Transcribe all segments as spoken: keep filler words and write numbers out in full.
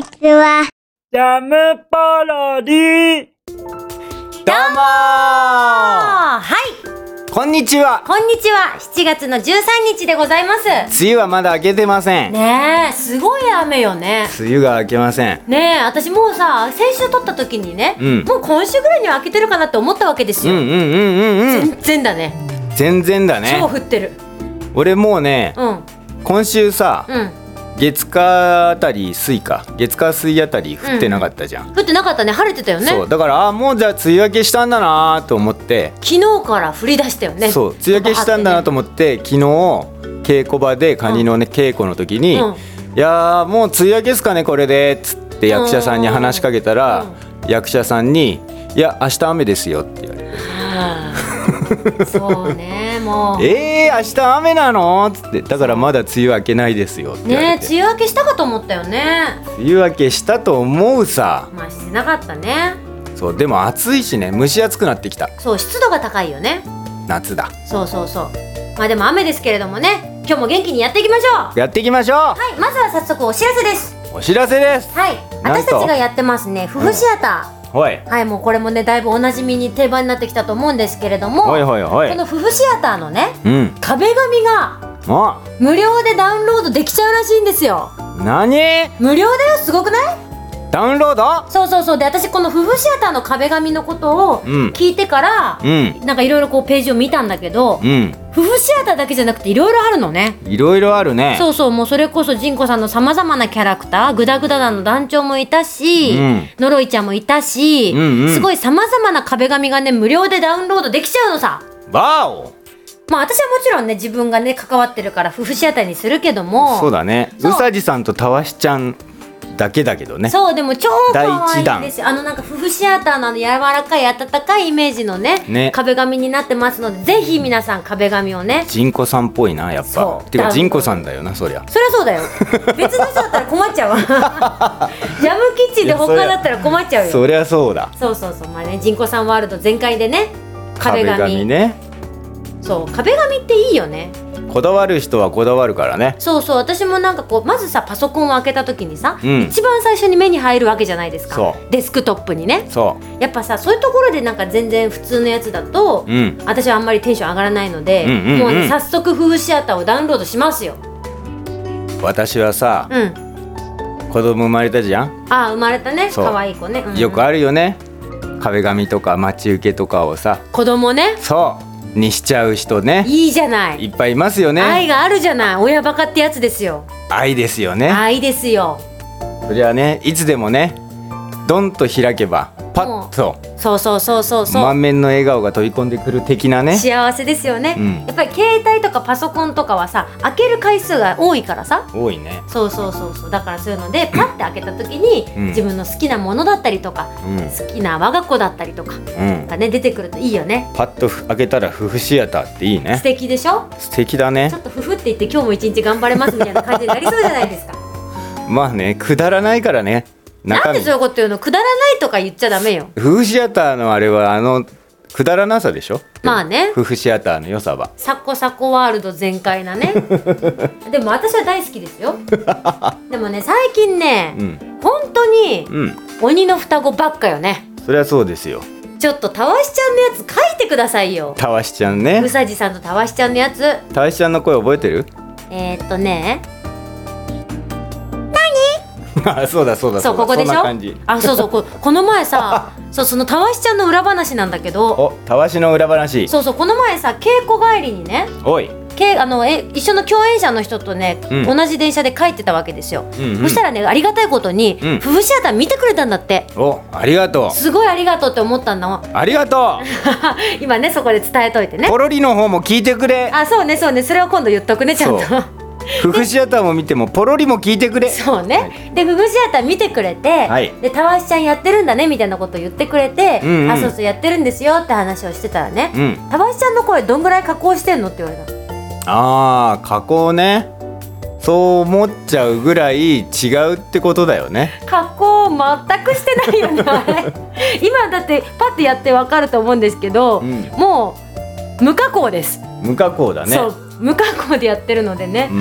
ちは。 ジャムパロディ。 どうもー。 はいこんにちは。 こんにちは。しちがつのじゅうさんにちでございます。 梅雨はまだ明けてません。 ねえ、すごい雨よね。 梅雨が明けません。 ねえ、私もうさ、先週撮った時にね、 うんもう今週ぐらいには明けてるかなって思ったわけですよ。 うんうんうんうんうん。 全然だね。 全然だね。 超降ってる。 俺もうね、 うん今週さ、 うん。 月火あたり水か月火水あたり降ってなかったじゃん。 降ってなかったね。晴れてたよね。 そうだからあもうじゃあ梅雨明けしたんだなと思って、 昨日から降り出したよね。 そう梅雨明けしたんだなと思って昨日稽古場でカニのね、稽古の時に、 うんいやーもう梅雨明けですかねこれでっつって役者さんに話しかけたら、役者さんにいや明日雨ですよって言われてはあそうね、もう。 えー、明日雨なのっつってだからまだ梅雨明けないですよって言われねえ、 て、 梅雨明けしたかと思ったよね。 梅雨明けしたと思うさ。 まあしてなかったね。 そうでも暑いしね蒸し暑くなってきた。 そう、湿度が高いよね。 夏だ。 そうそうそう。まあでも雨ですけれどもね、今日も元気にやっていきましょう。 やっていきましょう。 はい、まずは早速お知らせです。 お知らせです。 はい、 なんと私たちがやってますね、夫婦シアタほいー。はい、もうこれもね、だいぶおなじみに定番になってきたと思うんですけれども、 ほいほいほい。 この夫婦シアターのね、 うん。 壁紙があ、 無料でダウンロードできちゃうらしいんですよ。 なに？ 無料だよ、すごくない？ ダウンロード？ そうそうそう。で、私この夫婦シアターの壁紙のことをうん聞いてから、 うんなんかいろいろこうページを見たんだけど、 うん。 夫婦シアターだけじゃなくていろいろあるのね。 いろいろあるね。 そうそう、もうそれこそジンコさんのさまざまなキャラクター、グダグダ団の団長もいたし、 うんノロイちゃんもいたし、 うんうんすごいさまざまな壁紙がね、無料でダウンロードできちゃうのさ。 バオ。 まあ私はもちろんね、自分がね関わってるから夫婦シアターにするけども、 そうだね。 そううさじさんとたわしちゃんだけだけどね。 そう、でも超可愛い第一弾ですよ。あのなんか夫婦シアターのあの柔らかい温かいイメージのねね壁紙になってますので、ぜひ皆さん壁紙をね。 ジンコさんっぽいなやっぱ。 そうてかジンコさんだよなそりゃ。 そりゃそうだよ。別の人だったら困っちゃうわ。ジャムキッチンで他だったら困っちゃうよ。 そりゃそうだ。 そうそうそう、まあね、ジンコさんワールド全開でね、壁紙。 壁紙ね。 そう、壁紙っていいよね。 こだわる人はこだわるからね。 そうそう、私もなんかこう、まずさ、パソコンを開けた時にさ、 うん一番最初に目に入るわけじゃないですか。 そうデスクトップにね。 そう。 やっぱさ、そういうところでなんか全然普通のやつだと、 うん。 私はあんまりテンション上がらないので、 うんうんうんもうね、早速夫婦シアターをダウンロードしますよ。 私はさ、 うん。 子供生まれたじゃん。 ああ、生まれたね。 そう可愛い子ね。うんうんよくあるよね。壁紙とか待ち受けとかをさ、 子供ね。 そうにしちゃう人ね。 いいじゃない。 いっぱいいますよね。 愛があるじゃない。親バカってやつですよ。 愛ですよね。 愛ですよ。 それはね、いつでもね、ドンと開けばパッとそうそうそうそうそう。 満面の笑顔が飛び込んでくる的なね。 幸せですよね、 うんやっぱり携帯とかパソコンとかはさ、開ける回数が多いからさ。 多いね。 そうそうそうそう。だからそういうのでパッて開けた時に、 うん自分の好きなものだったりとか、 うん好きな我が子だったりとかうん。 がね出てくるといいよね。 パッと開けたら夫婦シアターっていい素ね。 敵でしょ。 素敵だねちょ。っとふふって言って今日も一日頑張れますみたいな感じになりそうじゃないですか。 まあね、くだらないからね。 なんでそういうこと言うの？くだらないとか言っちゃダメよ。 夫婦シアターのあれはあのくだらなさでしょ。 まあね、 夫婦シアターの良さは。 サコサコワールド全開なね。でも私は大好きですよ。でもね、最近ね、 うん本当にうん。 鬼の双子ばっかよね。 そりゃそうですよ。 ちょっとたわしちゃんのやつ書いてくださいよ。 たわしちゃんねう。さじさんとたわしちゃんのやつ。 たわしちゃんの声覚えてる？ えー、っとね、 あ、そうだそうだそう、 だここでしょ。 そんな感じ。 あ、そうそう、ここの前さ、そう、そのたわしちゃんの裏話なんだけど、 お、たわしの裏話。 そうそう、この前さ、稽古帰りにね、 おい。 けあのえ一緒の共演者の人とね、 うん同じ電車で帰ってたわけですよ、 うんうんそしたらね、ありがたいことに、 うん夫婦シアター見てくれたんだって。 お、ありがとすごいありがとうって思ったの。 う。ありがと今ね、そこで伝えといてう。 ね。 ポロリの方も聞いてくれ。 あ、そうねそうね、それは今度言っとくね、ちゃんと。 そう夫婦シアターも見てもポロリも聞いてくれ。 そうね、で夫婦シアター見てくれて、 はいでたわしちゃんやってるんだねみたいなこと言ってくれて、 うんうんあ、そうそうやってるんですよって話をしてたらね、 うん。 たわしちゃんの声どんぐらい加工してんのって言われたの。 ああ、加工ね。そう思っちゃうぐらい違うってことだよね。 加工全くしてないよねあれ今だってパッてやってわかると思うんですけど、 うんもう無加工です、 無加工だね。 そう無加工でやってるのでね、 うん。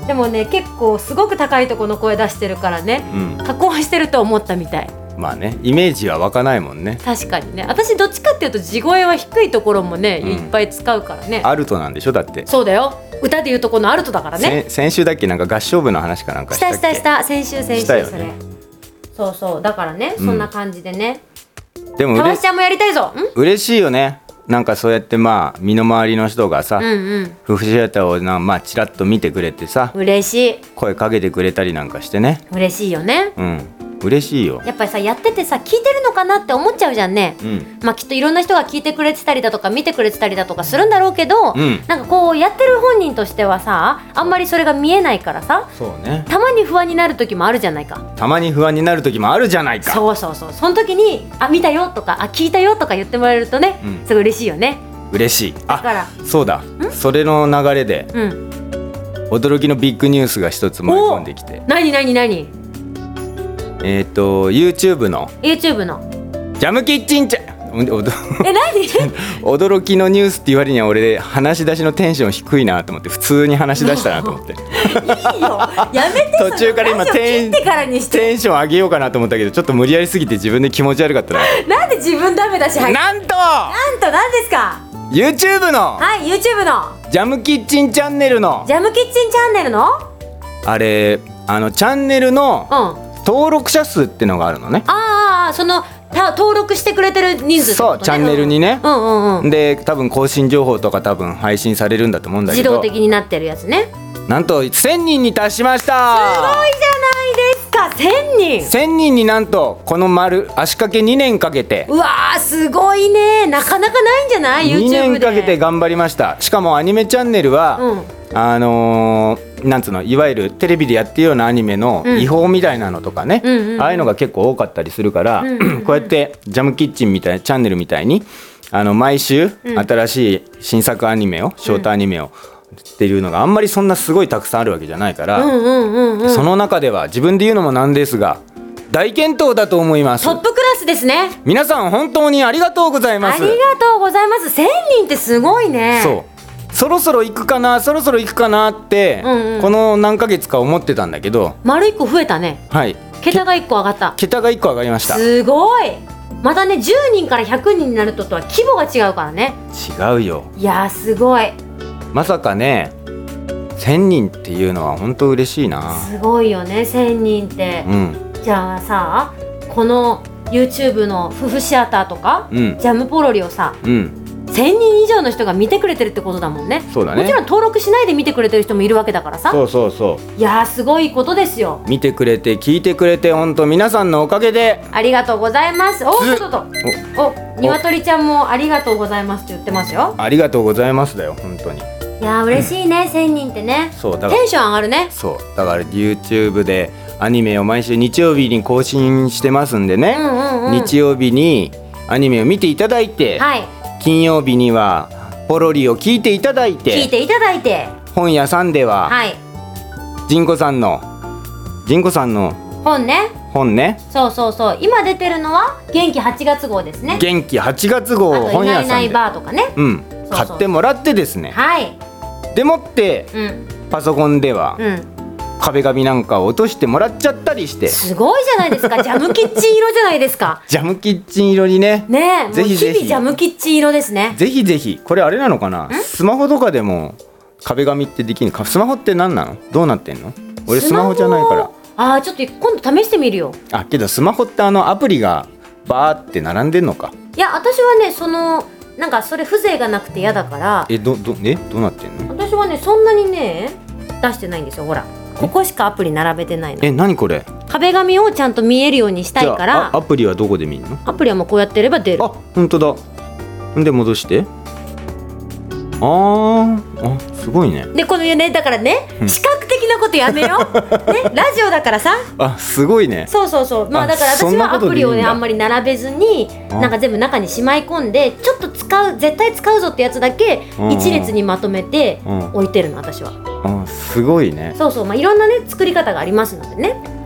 でもね結構すごく高いところの声出してるからね、 うん、 加工してると思ったみたい。 まあねイメージは湧かないもんね。 確かにね、私どっちかっていうと地声は低いところもね、 うんいっぱい使うからね。 アルトなんでしょだって。 そうだよ、歌でいうとこのアルトだからね。 せ先週だっけなんか合唱部の話かなんかししたっけ。 たしたした先週先週したよねそれそうそうだからね、 うんそんな感じでね。 でもうれたわしちゃんもやりたいぞ。ん嬉しいよね。なんかそうやってまあ身の回りの人がさ、 うんうん夫婦シアターをなまあちらっと見てくれてさ嬉しい声かけてくれたりなんかしてね。 嬉しいよね。 うん嬉しいよ。 やっぱりさやっててさ聞いてるのかなって思っちゃうじゃんね。 うんまあきっといろんな人が聞いてくれてたりだとか見てくれてたりだとかするんだろうけど、 うんなんかこうやってる本人としてはさあんまりそれが見えないからさそうね。 たまに不安になる時もあるじゃないか。 たまに不安になる時もあるじゃないか。 そうそうそう、その時にあ見たよとかあ聞いたよとか言ってもらえるとね、 うんすごい嬉しいよね。 嬉しい。 だからあそうだそれの流れでうん驚きのビッグニュースが一つ舞い込んできて、 何何何えっ、と YouTube の YouTube のジャムキッチンチャおどえ何驚きのニュースって言われには俺話し出しのテンション低いなと思って普通に話し出したなと思っていいよやめて途中から今そのラジオテン切ってからにしてテンション上げようかなと思ったけどちょっと無理やりすぎて自分で気持ち悪かったな。 なんで自分ダメだし入っなんとなんと何ですか。 YouTube のはい YouTube のジャムキッチンチャンネルのジャムキッチンチャンネルのあれあのチャンネルのうんあ登録者数ってのがあるのね。 あそのた登録してくれてる人数ってことね。 そうチャンネルにね、 うんうんうんで多分更新情報とか多分配信されるんだと思うんだけど自動的になってるやつね。 なんとせんにんに達しました。 すごいじゃないですかせんにん。 せんにんになんとこの丸足掛けにねんかけてうわーすごいね、なかなかないんじゃない YouTube で。 にねんかけて頑張りました。しかもアニメチャンネルは、 うんあのーなんつうのいわゆるテレビでやってるようなアニメのうん違法みたいなのとかね、 うんうんうんああいうのが結構多かったりするから、 んうんうんこうやってジャムキッチンみたいなチャンネルみたいにあの毎週うん新しい新作アニメを、ショートアニメをっていうのがあんまりそんなすごいたくさんあるわけじゃないから、 うんうんうんうんその中では自分で言うのもなんですが大健闘だと思います。 トップクラスですね。 皆さん本当にありがとうございます。 ありがとうございます。せんにんってすごいね。 そうそろそろ行くかなそろそろ行くかなって、 うんうんこの何ヶ月か思ってたんだけど、 丸いっこ増えたね。 はい桁がいっこ上がった。 桁がいっこ上がりました。 すごい。またねじゅうにんからひゃくにんになるととは規模が違うからね。 違うよ。 いやーすごいまさかねせんにんっていうのは本当嬉しいな。 すごいよねせんにんって。 うんじゃあさこの YouTube の夫婦シアターとか、 うんジャムポロリをさうんせんにん以上の人が見てくれてるってことだもんね。 そうだねもちろん登録しないで見てくれてる人もいるわけだからさ。 そうそうそういやーすごいことですよ。 見てくれて聞いてくれて本当皆さんのおかげでありがとうございます。おずちょっとおニワトリちゃんもありがとうございますって言ってますよ。 ありがとうございますだよ本当に。 いやー嬉しいね、せんにんってね。 そうだからテンション上がるね。 そうだから YouTube でアニメを毎週日曜日に更新してますんでね、 うんうんうん。 日曜日にアニメを見ていただいて、 はい金曜日にはポロリを聞いていただいて、 聞いていただいて、 本屋さんでは、 はいジンコさんのジンコさんの本ね。 本ねそうそうそう今出てるのは元気はちがつ号ですね。 元気はちがつ号あをといないいない本屋さんでバーとかね。 うんそう買ってもらってですねはいでもってうんパソコンではうん壁紙なんかを落としてもらっちゃったりしてすごいじゃないですかジャムキッチン色じゃないですか。 ジャムキッチン色にねねえもうぜひぜひ日々ジャムキッチン色ですね。 ぜひぜひこれあれなのかなスマホとかでも壁紙ってできるのか。スマホって何なのどうなってんの。俺スマホじゃないから。 ああちょっと今度試してみるよ。 あけどスマホってあのアプリがバーって並んでんのか。 いや私はねそのなんかそれ風情がなくて嫌だからえどどえどうなってんの。 私はねそんなにね出してないんですよ。ほらここしかアプリ並べてないの。 え何これ。 壁紙をちゃんと見えるようにしたいかじゃらああアプリはどこで見るの。 アプリはもうこうやってれば出る。 あ本当だ。んで戻してあーあすごいね。 でこのねだからねうん視覚的なことやめようねラジオだからさ。 あすごいね。 そうそうそうまああだから私そんなはアプリことでいいんだをねあんまり並べずにあなんか全部中にしまい込んでちょっと使う絶対使うぞってやつだけうん一列にまとめてうん置いてるの私は。 あすごいね。 そうそうまあいろんなね作り方がありますのでね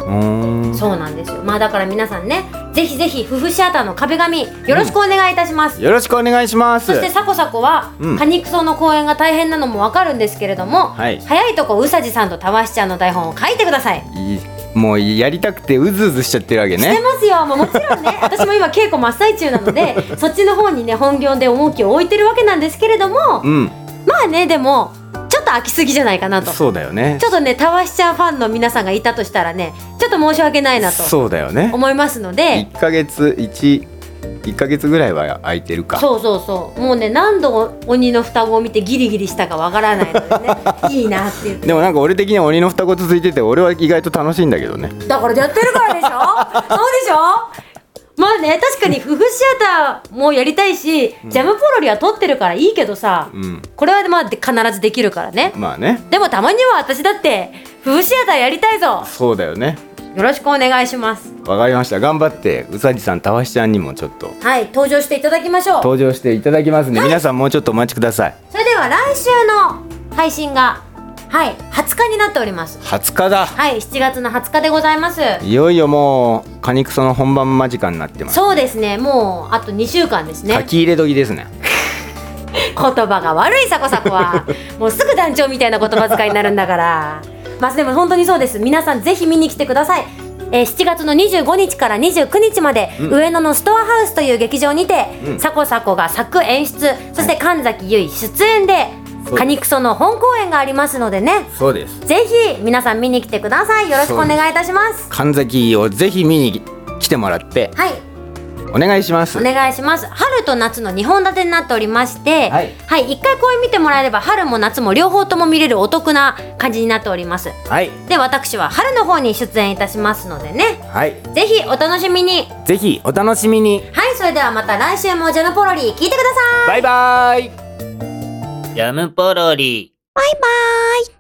ーんそうなんですよ。まあだから皆さんね、ぜひぜひ夫婦シアターの壁紙よろしくお願いいたします、 よろしくお願いします。 そしてサコサコは、 うんカニクソの公演が大変なのもわかるんですけれども、 はい早いとこうさじさんとたわしちゃんの台本を書いてください。 いいもうやりたくてうずうずしちゃってるわけしてね。 ますよ。もうもちろんね私も今稽古真っ最中なのでそっちの方にね本業で重きを置いてるわけなんですけれども、 うんまあねでもちょっと飽きすぎじゃないかなと。 そうだよね。 ちょっとねたわしちゃんファンの皆さんがいたとしたらねちょっと申し訳ないなとそうだよね。 思いますので、 いっかげついちいっかげつぐらいは空いてるか。 そうそうそうもうね何度鬼の双子を見てギリギリしたかわからないのでねいいなって言って。 でもなんか俺的には鬼の双子続いてて俺は意外と楽しいんだけどね。 だからやってるからでしょそうでしょ。まあね確かに夫婦シアターもやりたいし、ジャムポロリは撮ってるからいいけどさ、 うんこれはまあで必ずできるからね。 まあね。 でもたまには私だって夫婦シアターやりたいぞ。 そうだよね。 よろしくお願いします。 わかりました。頑張ってうさじさんたわしちゃんにもちょっとはい登場していただきましょう。 登場していただきますね、 はい皆さんもうちょっとお待ちください。 それでは来週の配信がはいはつかになっております。 はつかだ。 はいしちがつのはつかでございます。 いよいよもうカニクソの本番間近になってます。 そうですねもうあとにしゅうかんですね。 書き入れ時ですね。 言葉が悪いサコサコはもうすぐ団長みたいな言葉遣いになるんだからまあでも本当にそうです。皆さんぜひ見に来てください。えー、しちがつのにじゅうごにちからにじゅうくにちまで、 うん上野のストアハウスという劇場にて、 うんサコサコが作演出そして神崎結衣出演で、 そうカニクソの本公演がありますのでねそうです。 ぜひ皆さん見に来てください。よろしくお願いいたします。 神崎をぜひ見に来てもらってはいお願いします。 お願いします。春と夏のにほん立てになっておりましてはいはい、いっかい公演見てもらえれば春も夏も両方とも見れるお得な感じになっております。 はいで私は春の方に出演いたしますのでねはいぜひお楽しみに。 ぜひお楽しみに。 はいそれではまた来週もジャムポロリ聞いてください。 バイバイ。 ジャムポロリ。 バイバーイ。